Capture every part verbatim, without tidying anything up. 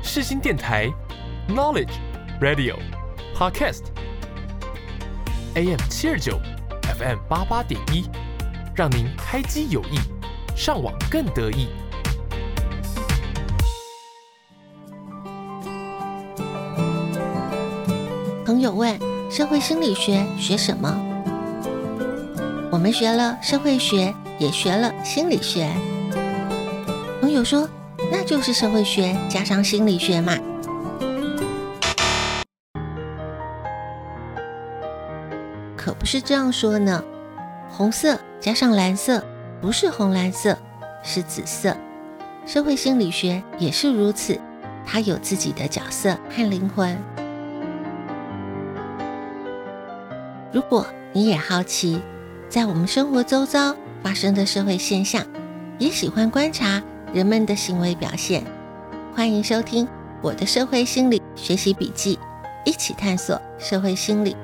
世新电台 Knowledge Radio Podcast A M 七二九 F M 八八点一，让您开机有益，上网更得意。 朋友问：社会心理学学什么？我们学了社会学，也学了心理学。朋友说：那就是社会学加上心理学嘛。可不是这样说呢。红色加上蓝色不是红蓝色，是紫色。社会心理学也是如此，它有自己的角色和灵魂。如果你也好奇在我们生活周遭发生的社会现象，也喜欢观察人们的行为表现，欢迎收听我的社会心理学习笔记，一起探索社会心理。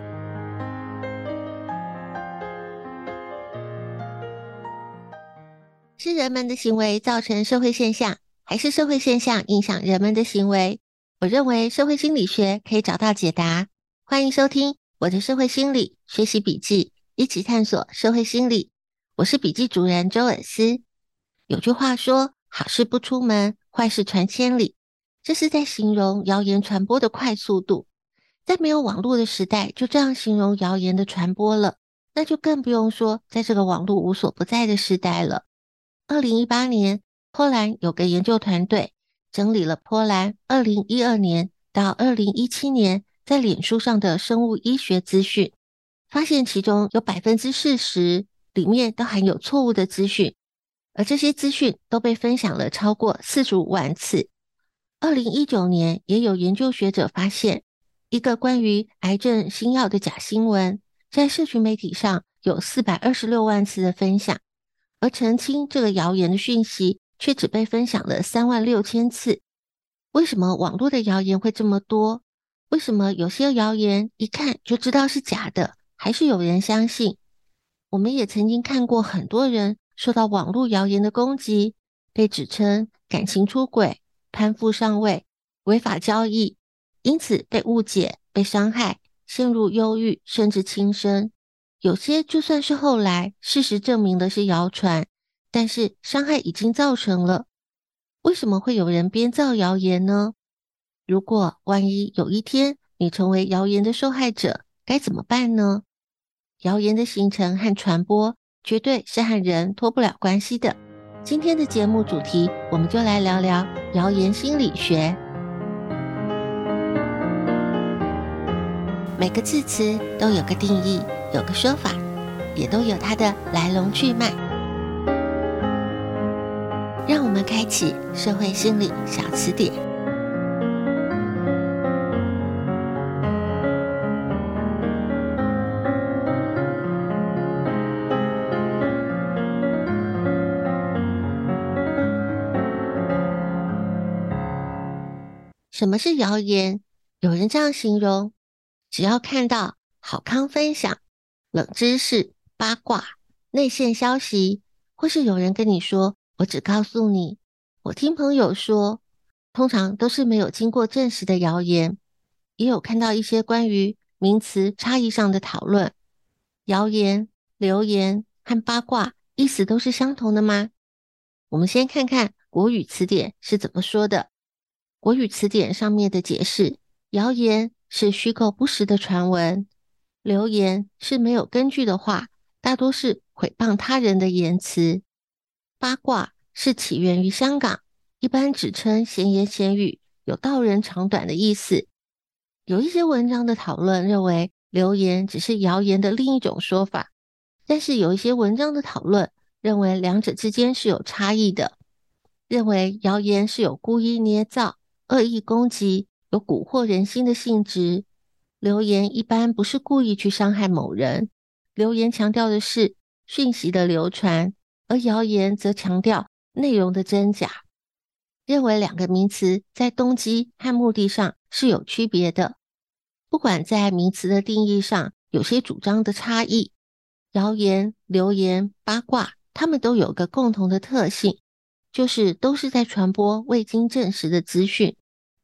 是人们的行为造成社会现象，还是社会现象影响人们的行为？我认为社会心理学可以找到解答。欢迎收听我的社会心理学习笔记，一起探索社会心理。我是笔记主人周尔斯。有句话说，好事不出门，坏事传千里，这是在形容谣言传播的快速度。在没有网络的时代，就这样形容谣言的传播了，那就更不用说在这个网络无所不在的时代了。二零一八年，波兰有个研究团队整理了波兰二零一二年到二零一七年在脸书上的生物医学资讯，发现其中有 百分之四十 里面都含有错误的资讯，而这些资讯都被分享了超过四十五万次。二零一九年也有研究学者发现，一个关于癌症新药的假新闻，在社群媒体上有四百二十六万次的分享，而澄清这个谣言的讯息却只被分享了三万六千次。为什么网络的谣言会这么多？为什么有些谣言一看就知道是假的，还是有人相信？我们也曾经看过很多人受到网络谣言的攻击，被指称感情出轨、攀附上位、违法交易，因此被误解、被伤害，陷入忧郁，甚至轻生。有些就算是后来事实证明的是谣传，但是伤害已经造成了。为什么会有人编造谣言呢？如果万一有一天你成为谣言的受害者，该怎么办呢？谣言的形成和传播绝对是和人脱不了关系的。今天的节目主题，我们就来聊聊谣言心理学。每个字词都有个定义，有个说法，也都有它的来龙去脉。让我们开启社会心理小词典。什么是谣言？有人这样形容：只要看到好康分享、冷知识、八卦、内线消息，或是有人跟你说我只告诉你，我听朋友说，通常都是没有经过证实的谣言。也有看到一些关于名词差异上的讨论。谣言、流言和八卦意思都是相同的吗？我们先看看国语词典是怎么说的。国语词典上面的解释：谣言是虚构不实的传闻，流言是没有根据的话，大多是毁谤他人的言辞，八卦是起源于香港，一般指称闲言闲语，有道人长短的意思。有一些文章的讨论认为流言只是谣言的另一种说法，但是有一些文章的讨论认为两者之间是有差异的，认为谣言是有故意捏造、恶意攻击，有蛊惑人心的性质。流言一般不是故意去伤害某人，流言强调的是讯息的流传，而谣言则强调内容的真假。认为两个名词在动机和目的上是有区别的，不管在名词的定义上有些主张的差异，谣言、流言、八卦，它们都有个共同的特性，就是都是在传播未经证实的资讯，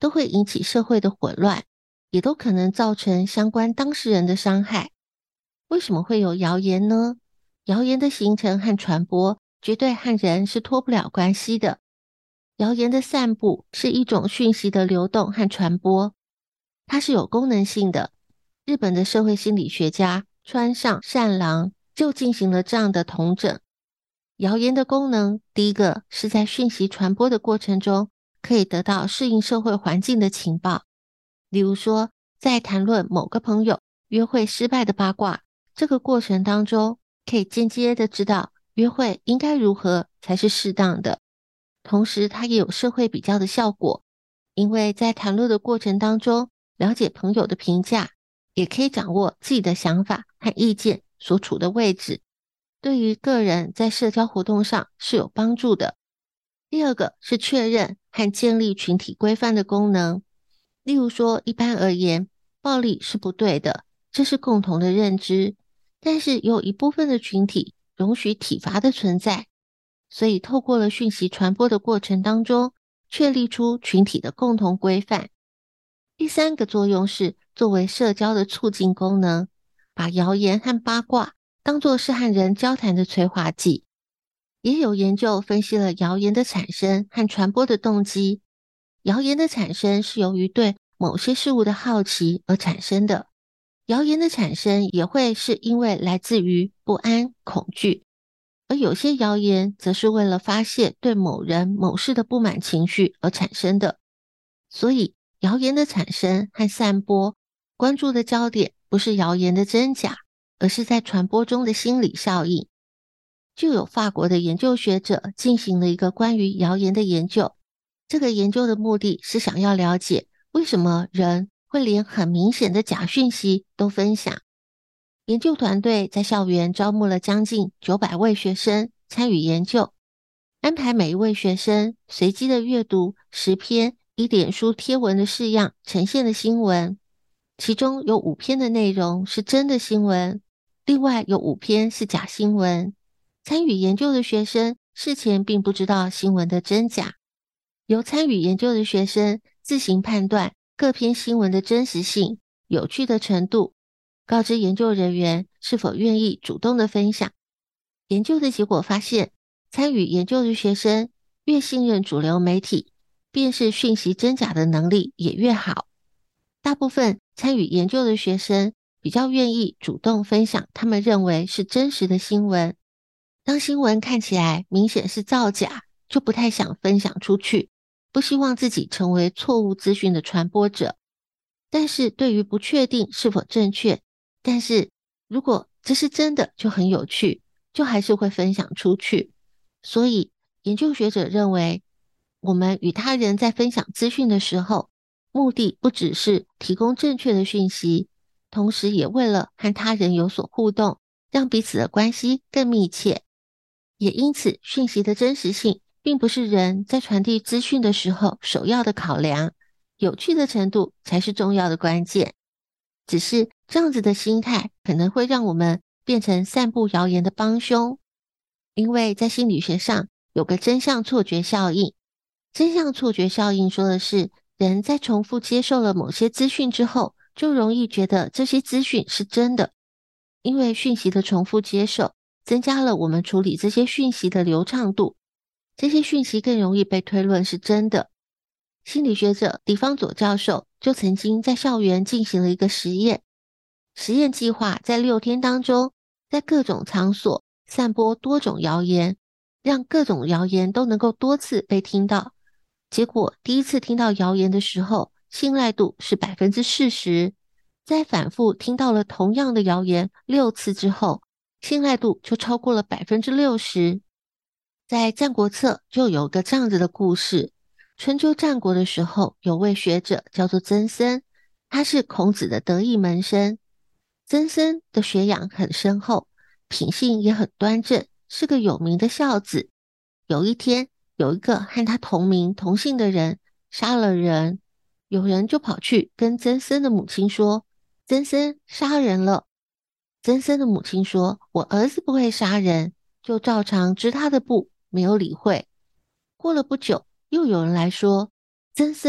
都会引起社会的混乱，也都可能造成相关当事人的伤害。为什么会有谣言呢？谣言的形成和传播绝对和人是脱不了关系的。谣言的散布是一种讯息的流动和传播，它是有功能性的。日本的社会心理学家川上善郎就进行了这样的统整。谣言的功能，第一个是在讯息传播的过程中，可以得到适应社会环境的情报。例如说，在谈论某个朋友约会失败的八卦，这个过程当中，可以间接的知道约会应该如何才是适当的。同时，它也有社会比较的效果，因为在谈论的过程当中，了解朋友的评价，也可以掌握自己的想法和意见所处的位置，对于个人在社交活动上是有帮助的。第二个是确认和建立群体规范的功能。例如说，一般而言，暴力是不对的，这是共同的认知，但是有一部分的群体容许体罚的存在，所以透过了讯息传播的过程当中，确立出群体的共同规范。第三个作用是作为社交的促进功能，把谣言和八卦当作是和人交谈的催化剂。也有研究分析了谣言的产生和传播的动机。谣言的产生是由于对某些事物的好奇而产生的，谣言的产生也会是因为来自于不安、恐惧，而有些谣言则是为了发泄对某人、某事的不满情绪而产生的。所以，谣言的产生和散播，关注的焦点不是谣言的真假，而是在传播中的心理效应。就有法国的研究学者进行了一个关于谣言的研究，这个研究的目的是想要了解为什么人会连很明显的假讯息都分享。研究团队在校园招募了将近九百位学生参与研究，安排每一位学生随机的阅读十篇以脸书贴文的式样呈现的新闻，其中有五篇的内容是真的新闻，另外有五篇是假新闻。参与研究的学生事前并不知道新闻的真假，由参与研究的学生自行判断各篇新闻的真实性、有趣的程度，告知研究人员是否愿意主动的分享。研究的结果发现，参与研究的学生越信任主流媒体，辨识讯息真假的能力也越好。大部分参与研究的学生比较愿意主动分享他们认为是真实的新闻。当新闻看起来明显是造假，就不太想分享出去，不希望自己成为错误资讯的传播者。但是对于不确定是否正确，但是如果这是真的就很有趣，就还是会分享出去。所以研究学者认为，我们与他人在分享资讯的时候，目的不只是提供正确的讯息，同时也为了和他人有所互动，让彼此的关系更密切。也因此，讯息的真实性并不是人在传递资讯的时候首要的考量，有趣的程度才是重要的关键。只是这样子的心态可能会让我们变成散布谣言的帮凶，因为在心理学上有个真相错觉效应。真相错觉效应说的是，人在重复接受了某些资讯之后，就容易觉得这些资讯是真的，因为讯息的重复接受增加了我们处理这些讯息的流畅度，这些讯息更容易被推论是真的。心理学者狄方佐教授就曾经在校园进行了一个实验，实验计划在六天当中，在各种场所散播多种谣言，让各种谣言都能够多次被听到。结果第一次听到谣言的时候，信赖度是 百分之四十， 在反复听到了同样的谣言六次之后，信赖度就超过了 百分之六十。 在《战国策》就有个这样子的故事，春秋战国的时候，有位学者叫做曾参，他是孔子的得意门生。曾参的学养很深厚，品性也很端正，是个有名的孝子。有一天，有一个和他同名同姓的人杀了人，有人就跑去跟曾参的母亲说，曾参杀人了。曾参的母亲说，我儿子不会杀人，就照常织他的布，没有理会。过了不久，又有人来说，曾参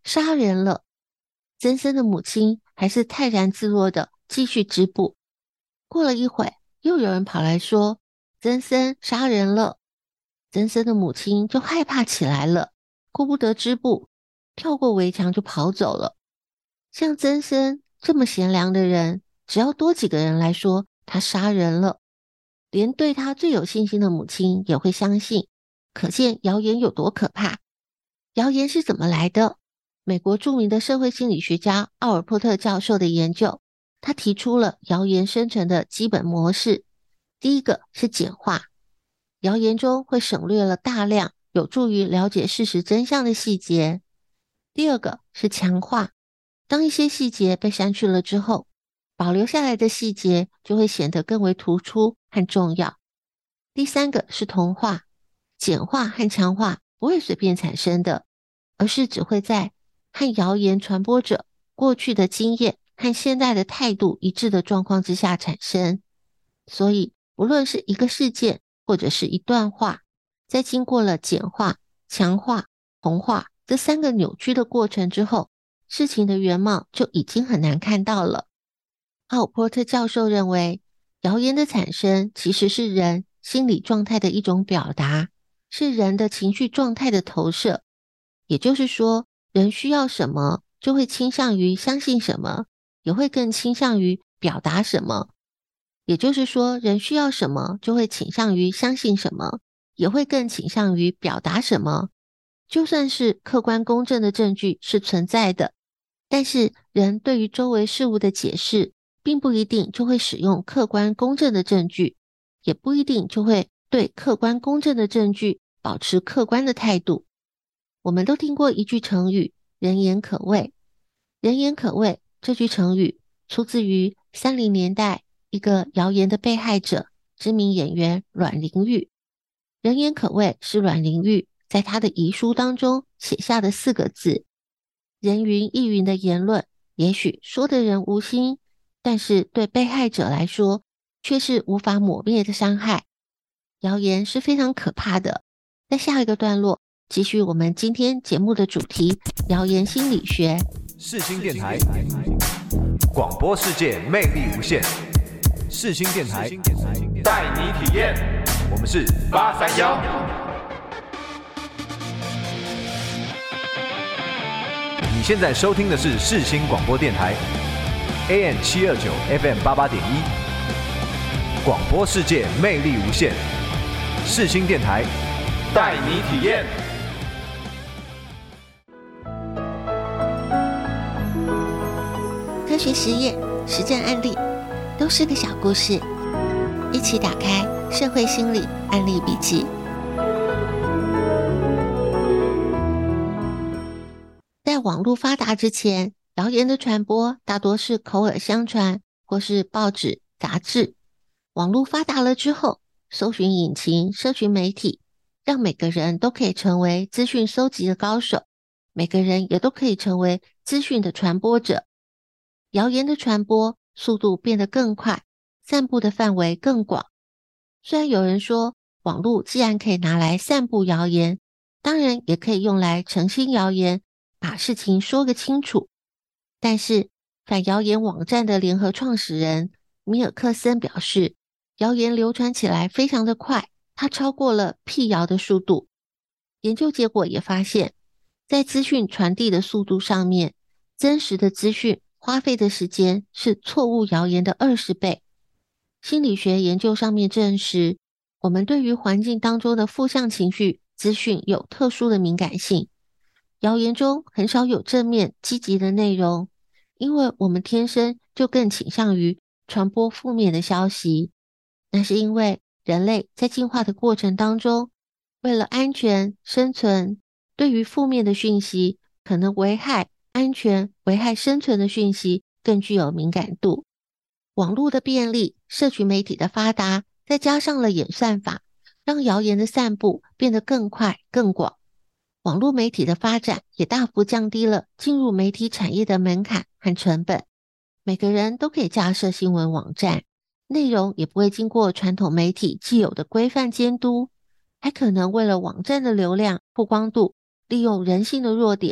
杀人了。曾森的母亲还是泰然自若的继续织布。过了一会，又有人跑来说曾森杀人了。曾森的母亲就害怕起来了，顾不得织布，跳过围墙就跑走了。像曾森这么贤良的人，只要多几个人来说他杀人了，连对他最有信心的母亲也会相信，可见谣言有多可怕。谣言是怎么来的？美国著名的社会心理学家奥尔波特教授的研究，他提出了谣言生成的基本模式。第一个是简化，谣言中会省略了大量有助于了解事实真相的细节。第二个是强化，当一些细节被删去了之后，保留下来的细节就会显得更为突出和重要。第三个是同化，简化和强化不会随便产生的，而是只会在和谣言传播者过去的经验和现在的态度一致的状况之下产生。所以无论是一个事件或者是一段话，在经过了简化、强化、同化这三个扭曲的过程之后，事情的原貌就已经很难看到了。奥尔波特教授认为，谣言的产生其实是人心理状态的一种表达，是人的情绪状态的投射。也就是说，人需要什么，就会倾向于相信什么，也会更倾向于表达什么。也就是说，人需要什么，就会倾向于相信什么，也会更倾向于表达什么。就算是客观公正的证据是存在的，但是人对于周围事物的解释，并不一定就会使用客观公正的证据，也不一定就会对客观公正的证据保持客观的态度。我们都听过一句成语，人言可畏。人言可畏这句成语出自于三零年代一个谣言的被害者，知名演员阮玲玉。人言可畏是阮玲玉在她的遗书当中写下的四个字。人云亦云的言论，也许说的人无心，但是对被害者来说，却是无法抹灭的伤害。谣言是非常可怕的。在下一个段落，继续我们今天节目的主题——谣言心理学。 世新电台，广播世界魅力无限。世新电台，带你体验。我们是八三幺。你现在收听的是世新广播电台 ，A M 七二九 F M 八八点一。广播世界魅力无限。世新电台，带你体验。 科学实验、实证案例都是个小故事，一起打开社会心理案例笔记。在网络发达之前，谣言的传播大多是口耳相传，或是报纸、杂志。网络发达了之后，搜寻引擎、社群媒体，让每个人都可以成为资讯搜集的高手，每个人也都可以成为资讯的传播者。谣言的传播速度变得更快，散布的范围更广。虽然有人说，网络既然可以拿来散布谣言，当然也可以用来澄清谣言，把事情说个清楚。但是，反谣言网站的联合创始人米尔克森表示，谣言流传起来非常的快，它超过了辟谣的速度。研究结果也发现，在资讯传递的速度上面，真实的资讯花费的时间是错误谣言的二十倍。心理学研究上面证实，我们对于环境当中的负向情绪资讯有特殊的敏感性。谣言中很少有正面积极的内容，因为我们天生就更倾向于传播负面的消息。那是因为人类在进化的过程当中，为了安全生存，对于负面的讯息可能危害安全、危害生存的讯息更具有敏感度。网络的便利、社群媒体的发达，再加上了演算法，让谣言的散布变得更快、更广。网络媒体的发展也大幅降低了进入媒体产业的门槛和成本。每个人都可以架设新闻网站，内容也不会经过传统媒体既有的规范监督，还可能为了网站的流量、曝光度，利用人性的弱点，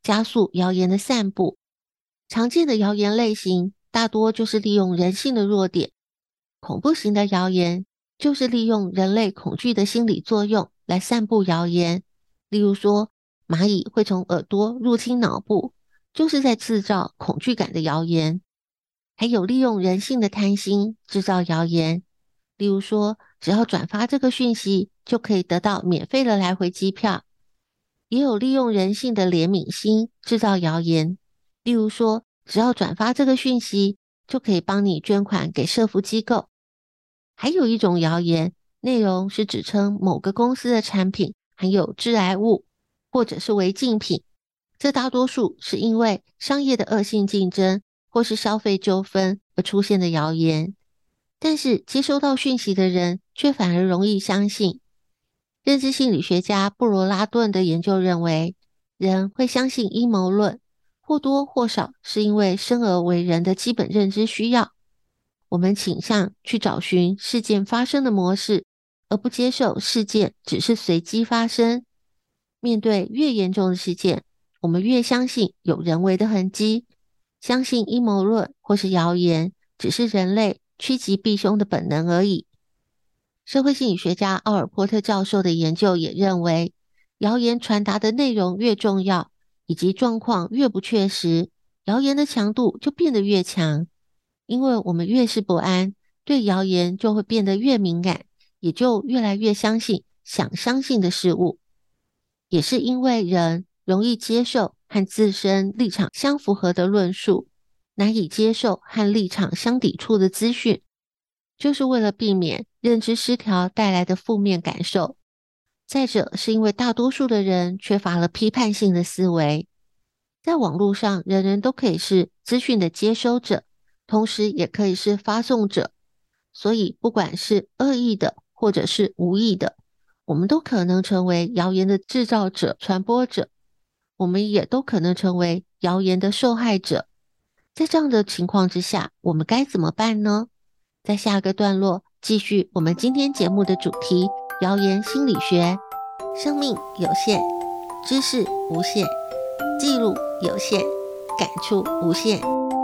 加速谣言的散布。常见的谣言类型大多就是利用人性的弱点，恐怖型的谣言就是利用人类恐惧的心理作用来散布谣言，例如说蚂蚁会从耳朵入侵脑部，就是在制造恐惧感的谣言。还有利用人性的贪心制造谣言，例如说只要转发这个讯息就可以得到免费的来回机票。也有利用人性的怜悯心制造谣言，例如说只要转发这个讯息就可以帮你捐款给社福机构。还有一种谣言，内容是指称某个公司的产品含有致癌物或者是违禁品，这大多数是因为商业的恶性竞争或是消费纠纷而出现的谣言，但是接收到讯息的人却反而容易相信。认知心理学家布罗拉顿的研究认为，人会相信阴谋论，或多或少是因为生而为人的基本认知需要。我们倾向去找寻事件发生的模式，而不接受事件只是随机发生。面对越严重的事件，我们越相信有人为的痕迹，相信阴谋论或是谣言只是人类趋吉避凶的本能而已。社会心理学家奥尔波特教授的研究也认为，谣言传达的内容越重要，以及状况越不确实，谣言的强度就变得越强。因为我们越是不安，对谣言就会变得越敏感，也就越来越相信想相信的事物。也是因为人容易接受和自身立场相符合的论述，难以接受和立场相抵触的资讯，就是为了避免认知失调带来的负面感受。再者，是因为大多数的人缺乏了批判性的思维。在网络上，人人都可以是资讯的接收者，同时也可以是发送者，所以不管是恶意的或者是无意的，我们都可能成为谣言的制造者、传播者，我们也都可能成为谣言的受害者。在这样的情况之下，我们该怎么办呢？在下个段落继续我们今天节目的主题，谣言心理学。生命有限，知识无限，记录有限，感触无限。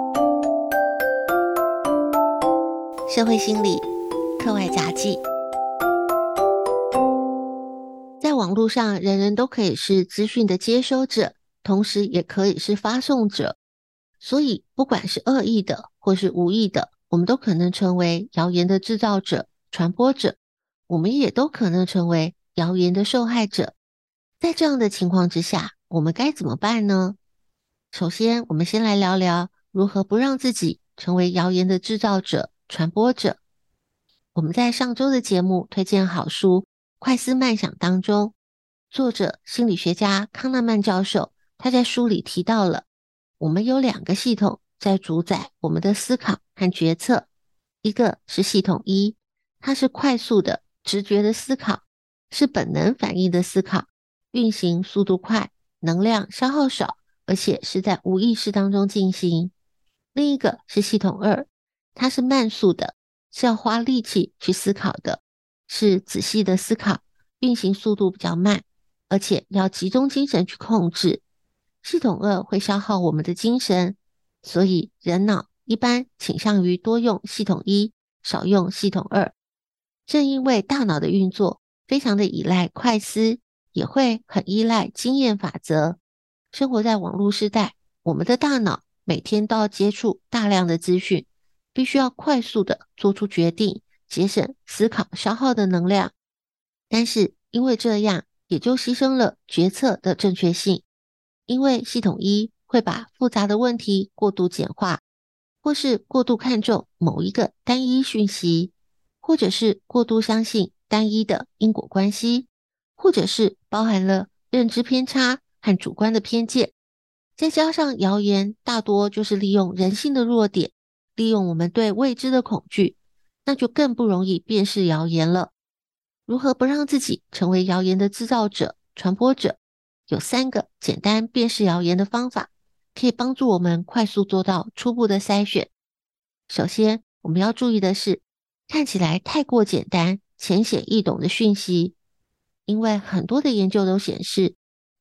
社会心理课外杂记。在网络上，人人都可以是资讯的接收者，同时也可以是发送者。所以不管是恶意的或是无意的，我们都可能成为谣言的制造者、传播者，我们也都可能成为谣言的受害者。在这样的情况之下，我们该怎么办呢？首先，我们先来聊聊如何不让自己成为谣言的制造者、传播者。我们在上周的节目推荐好书《快思慢想》当中，作者心理学家康纳曼教授，他在书里提到了，我们有两个系统在主宰我们的思考和决策。一个是系统一，它是快速的、直觉的思考，是本能反应的思考，运行速度快，能量消耗少，而且是在无意识当中进行。另一个是系统二，它是慢速的，是要花力气去思考的，是仔细的思考，运行速度比较慢，而且要集中精神去控制。系统二会消耗我们的精神，所以人脑一般倾向于多用系统一，少用系统二。正因为大脑的运作非常的依赖快思，也会很依赖经验法则。生活在网络时代，我们的大脑每天都要接触大量的资讯，必须要快速的做出决定，节省思考消耗的能量。但是因为这样，也就牺牲了决策的正确性。因为系统一会把复杂的问题过度简化，或是过度看重某一个单一讯息，或者是过度相信单一的因果关系，或者是包含了认知偏差和主观的偏见。再加上谣言大多就是利用人性的弱点，利用我们对未知的恐惧，那就更不容易辨识谣言了。如何不让自己成为谣言的制造者、传播者？有三个简单辨识谣言的方法，可以帮助我们快速做到初步的筛选。首先，我们要注意的是，看起来太过简单、浅显易懂的讯息，因为很多的研究都显示，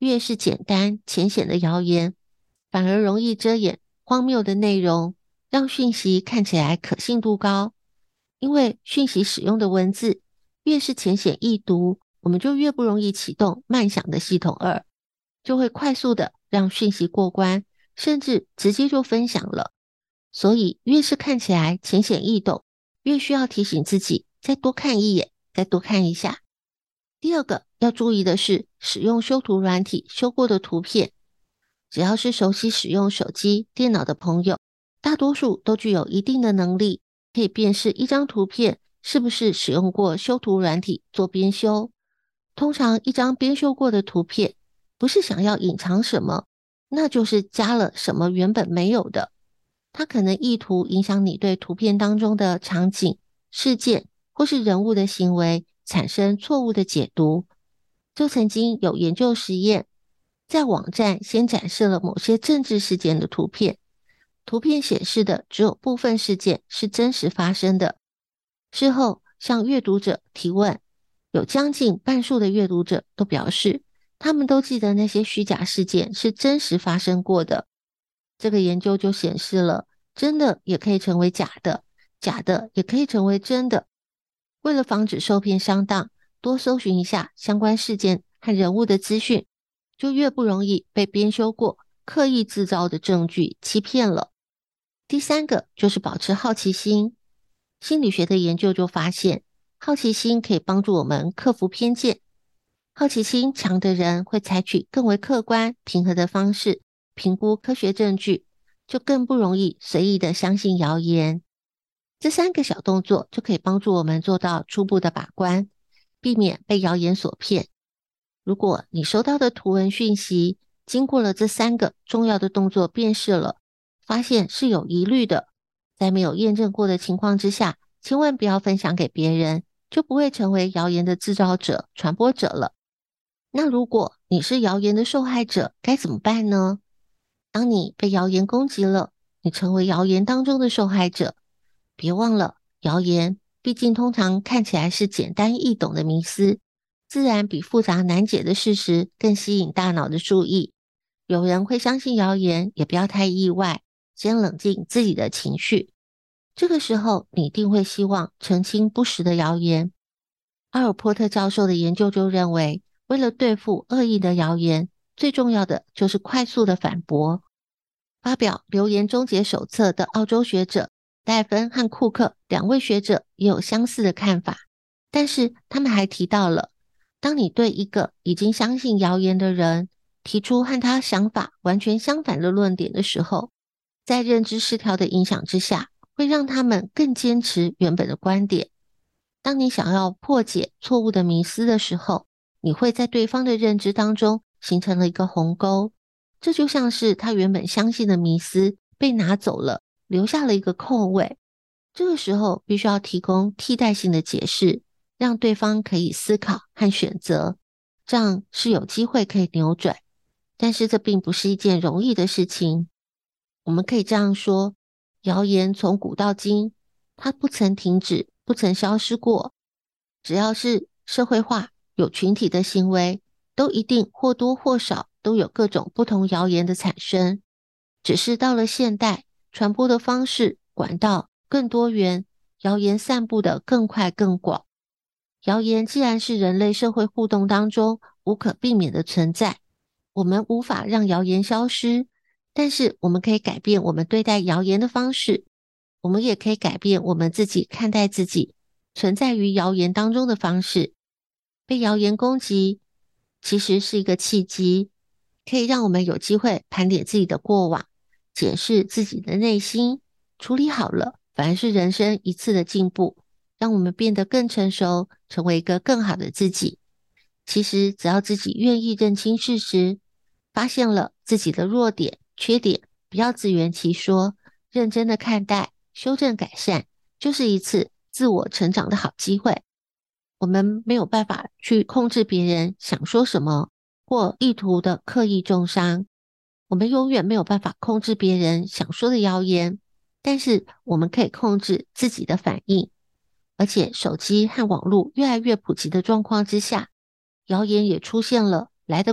越是简单浅显的谣言，反而容易遮掩荒谬的内容，让讯息看起来可信度高。因为讯息使用的文字越是浅显易读，我们就越不容易启动慢想的系统二，就会快速的让讯息过关，甚至直接就分享了。所以越是看起来浅显易懂，越需要提醒自己再多看一眼，再多看一下。第二个要注意的是，使用修图软体修过的图片，只要是熟悉使用手机、电脑的朋友，大多数都具有一定的能力，可以辨识一张图片是不是使用过修图软体做编修。通常一张编修过的图片，不是想要隐藏什么，那就是加了什么原本没有的。它可能意图影响你对图片当中的场景、事件或是人物的行为产生错误的解读。就曾经有研究实验，在网站先展示了某些政治事件的图片，图片显示的只有部分事件是真实发生的。事后向阅读者提问，有将近半数的阅读者都表示，他们都记得那些虚假事件是真实发生过的。这个研究就显示了，真的也可以成为假的，假的也可以成为真的。为了防止受骗上当，多搜寻一下相关事件和人物的资讯，就越不容易被编修过、刻意制造的证据欺骗了。第三个就是保持好奇心。心理学的研究就发现，好奇心可以帮助我们克服偏见。好奇心强的人会采取更为客观、平和的方式评估科学证据，就更不容易随意的相信谣言。这三个小动作就可以帮助我们做到初步的把关，避免被谣言所骗。如果你收到的图文讯息经过了这三个重要的动作辨识了，发现是有疑虑的，在没有验证过的情况之下，千万不要分享给别人，就不会成为谣言的制造者、传播者了。那如果你是谣言的受害者，该怎么办呢？当你被谣言攻击了，你成为谣言当中的受害者，别忘了，谣言毕竟通常看起来是简单易懂的迷思，自然比复杂难解的事实更吸引大脑的注意。有人会相信谣言，也不要太意外，先冷静自己的情绪。这个时候，你一定会希望澄清不实的谣言。阿尔波特教授的研究就认为，为了对付恶意的谣言，最重要的就是快速的反驳。发表流言终结手册的澳洲学者戴芬和库克两位学者也有相似的看法，但是他们还提到了，当你对一个已经相信谣言的人提出和他想法完全相反的论点的时候，在认知失调的影响之下，会让他们更坚持原本的观点。当你想要破解错误的迷思的时候，你会在对方的认知当中形成了一个鸿沟，这就像是他原本相信的迷思被拿走了，留下了一个空位。这个时候必须要提供替代性的解释，让对方可以思考和选择，这样是有机会可以扭转。但是这并不是一件容易的事情。我们可以这样说，谣言从古到今，它不曾停止，不曾消失过。只要是社会化、有群体的行为，都一定或多或少都有各种不同谣言的产生。只是到了现代，传播的方式、管道更多元，谣言散布的更快更广。谣言既然是人类社会互动当中无可避免的存在，我们无法让谣言消失，但是我们可以改变我们对待谣言的方式，我们也可以改变我们自己看待自己存在于谣言当中的方式。被谣言攻击其实是一个契机，可以让我们有机会盘点自己的过往，检视自己的内心，处理好了，反而是人生一次的进步，让我们变得更成熟，成为一个更好的自己。其实只要自己愿意认清事实，发现了自己的弱点、缺点，不要自圆其说，认真的看待、修正改善，就是一次自我成长的好机会。我们没有办法去控制别人想说什么，或意图的刻意中伤，我们永远没有办法控制别人想说的谣言，但是我们可以控制自己的反应。而且手机和网络越来越普及的状况之下，谣言也出现了来得快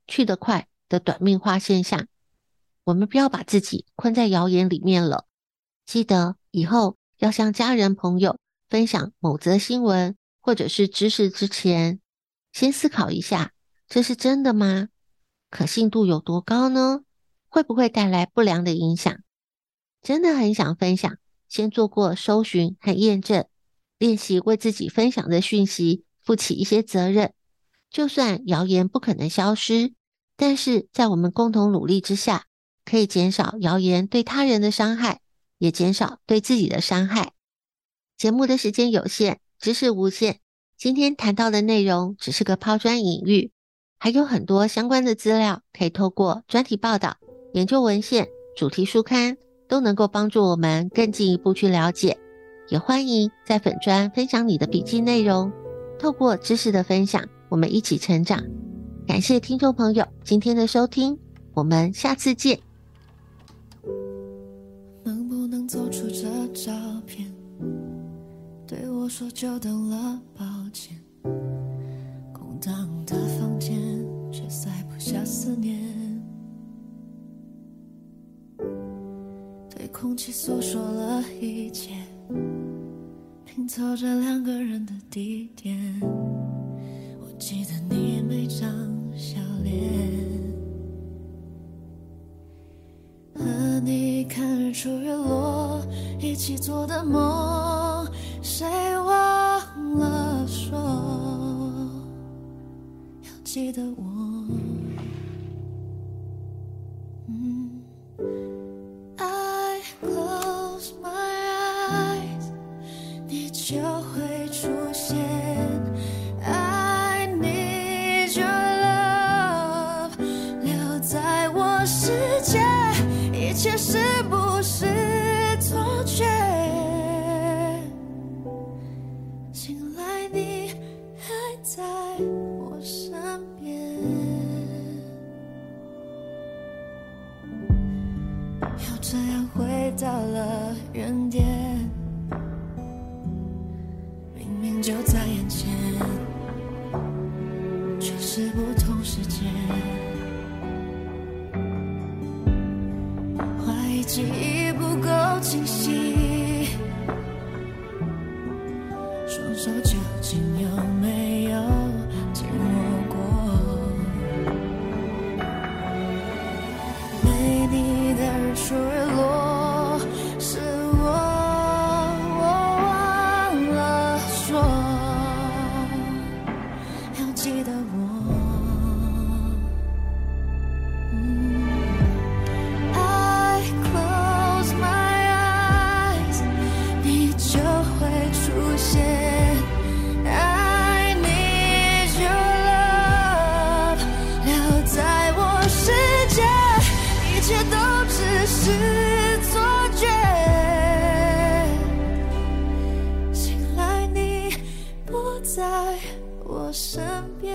去得快的短命化现象。我们不要把自己困在谣言里面了。记得以后要向家人朋友分享某则新闻或者是知识之前，先思考一下，这是真的吗？可信度有多高呢？会不会带来不良的影响？真的很想分享，先做过搜寻和验证，练习为自己分享的讯息负起一些责任。就算谣言不可能消失，但是在我们共同努力之下，可以减少谣言对他人的伤害，也减少对自己的伤害。节目的时间有限，知识无限，今天谈到的内容只是个抛砖引玉，还有很多相关的资料可以透过专题报道、研究文献、主题书刊都能够帮助我们更进一步去了解。也欢迎在粉专分享你的笔记内容，透过知识的分享，我们一起成长。感谢听众朋友今天的收听，我们下次见。 能不能走出这照片，对我说久等了，抱歉。空荡的房间却塞不下思念，对空气诉说了一切，拼凑着两个人的地点。我记得你每张笑脸，和你看日出日落一起做的梦，谁忘了说要记得我。嗯 I close my eyes， 你就会出现。I need your love， 留在我世界，一切是不是错觉？醒来你还在我身边，又这样回到了原点，明明就在眼前，却是不同时间。怀疑记忆不够清晰，双手究竟有没有紧握过？没你的日出日落，是我我忘了说要记得我。是错觉，醒来你不在我身边，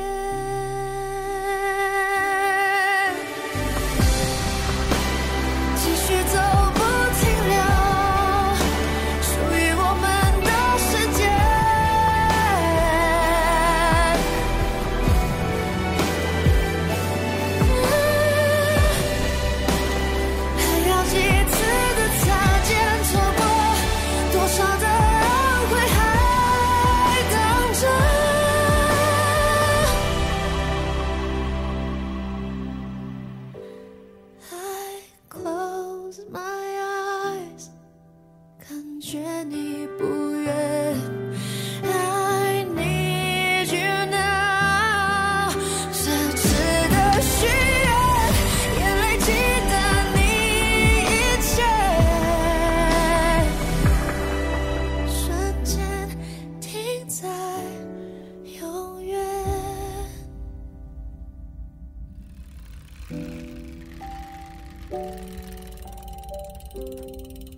继续走不停留，属于我们的世界。觉你不远 I need you now， 奢侈的许愿也累积的你一切，瞬间停在永远。